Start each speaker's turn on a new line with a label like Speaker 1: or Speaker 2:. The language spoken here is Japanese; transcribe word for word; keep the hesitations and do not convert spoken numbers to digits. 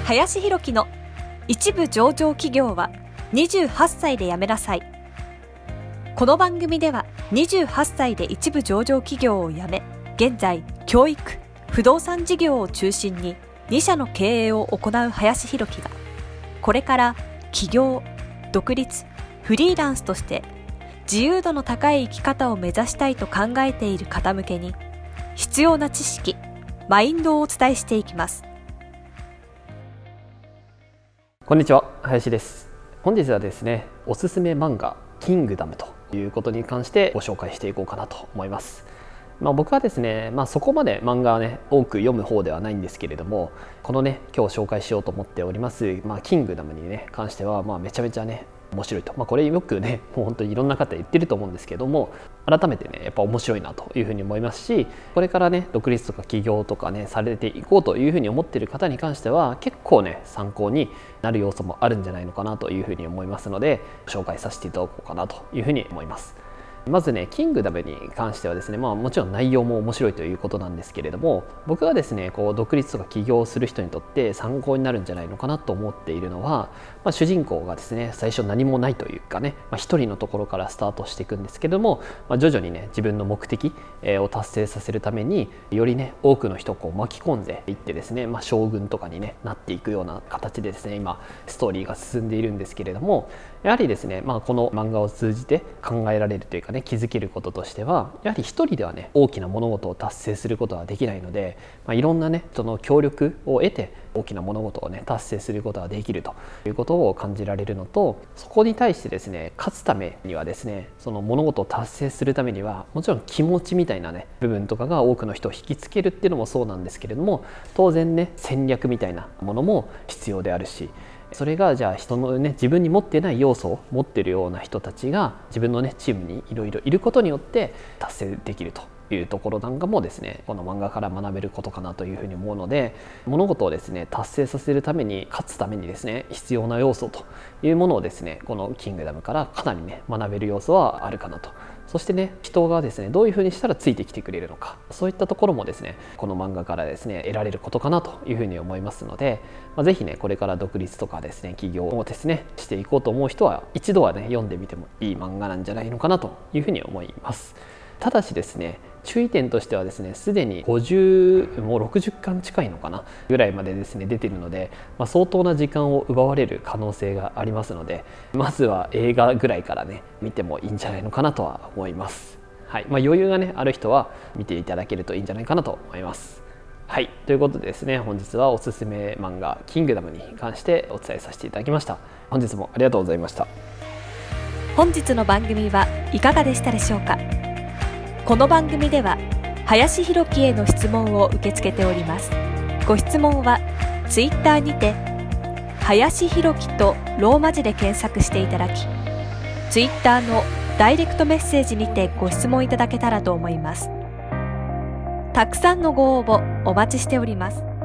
Speaker 1: 林弘樹の一部上場企業はにじゅうはっさいで辞めなさい。この番組ではにじゅうはっさいで一部上場企業を辞め、現在教育、不動産事業を中心にに社の経営を行う林弘樹が、これから起業、独立、フリーランスとして自由度の高い生き方を目指したいと考えている方向けに、必要な知識、マインドをお伝えしていきます。
Speaker 2: こんにちは、林です。本日はですね、おすすめ漫画キングダムということに関してご紹介していこうかなと思います。まあ、僕はですね、まあ、そこまで漫画はね多く読む方ではないんですけれども、このね今日紹介しようと思っております、まあ、キングダムにね関しては、まあ、めちゃめちゃね面白いと、まあ、これよくねもう本当にいろんな方言ってると思うんですけども、改めてねやっぱ面白いなというふうに思いますし、これからね独立とか起業とかねされていこうというふうに思っている方に関しては結構ね参考になる要素もあるんじゃないのかなというふうに思いますので、紹介させていただこうかなというふうに思います。まずね、キングダムに関してはですね、まあもちろん内容も面白いということなんですけれども、僕がですね、こう独立とか起業する人にとって参考になるんじゃないのかなと思っているのは、まあ、主人公がですね、最初何もないというかね、まあ、一人のところからスタートしていくんですけども、まあ、徐々にね、自分の目的を達成させるために、よりね、多くの人をこう巻き込んでいってですね、まあ、将軍とかに、ね、なっていくような形でですね、今、ストーリーが進んでいるんですけれども、やはりですね、まあ、この漫画を通じて考えられるというかね、気づけることとしては、やはり一人ではね大きな物事を達成することはできないので、まあ、いろんなね人の協力を得て大きな物事をね達成することができるということを感じられるのと、そこに対してですね勝つためにはですね、その物事を達成するためにはもちろん気持ちみたいなね部分とかが多くの人を引きつけるっていうのもそうなんですけれども、当然ね戦略みたいなものも必要であるし、それがじゃあ人のね自分に持ってない要素を持っているような人たちが自分のねチームにいろいろいることによって達成できるというところなんかもですね、この漫画から学べることかなというふうに思うので、物事をですね達成させるために勝つためにですね必要な要素というものをですね、このキングダムからかなりね学べる要素はあるかなと。そしてね、人がですねどういうふうにしたらついてきてくれるのか、そういったところもですねこの漫画からですね得られることかなというふうに思いますので、まあ、ぜひねこれから独立とかですね起業をですねしていこうと思う人は一度はね読んでみてもいい漫画なんじゃないのかなというふうに思います。ただしですね、注意点としてはですね、すでにごじゅうもうろくじゅっかん近いのかなぐらいまでですね出ているので、まあ、相当な時間を奪われる可能性がありますので、まずは映画ぐらいからね見てもいいんじゃないのかなとは思います。はい、まあ、余裕がねある人は見ていただけるといいんじゃないかなと思います。はい、ということでですね、本日はおすすめ漫画キングダムに関してお伝えさせていただきました。本日もありがとうございました。
Speaker 1: 本日の番組はいかがでしたでしょうか。この番組では林弘樹への質問を受け付けております。ご質問はツイッターにて林弘樹とローマ字で検索していただき、ツイッターのダイレクトメッセージにてご質問いただけたらと思います。たくさんのご応募お待ちしております。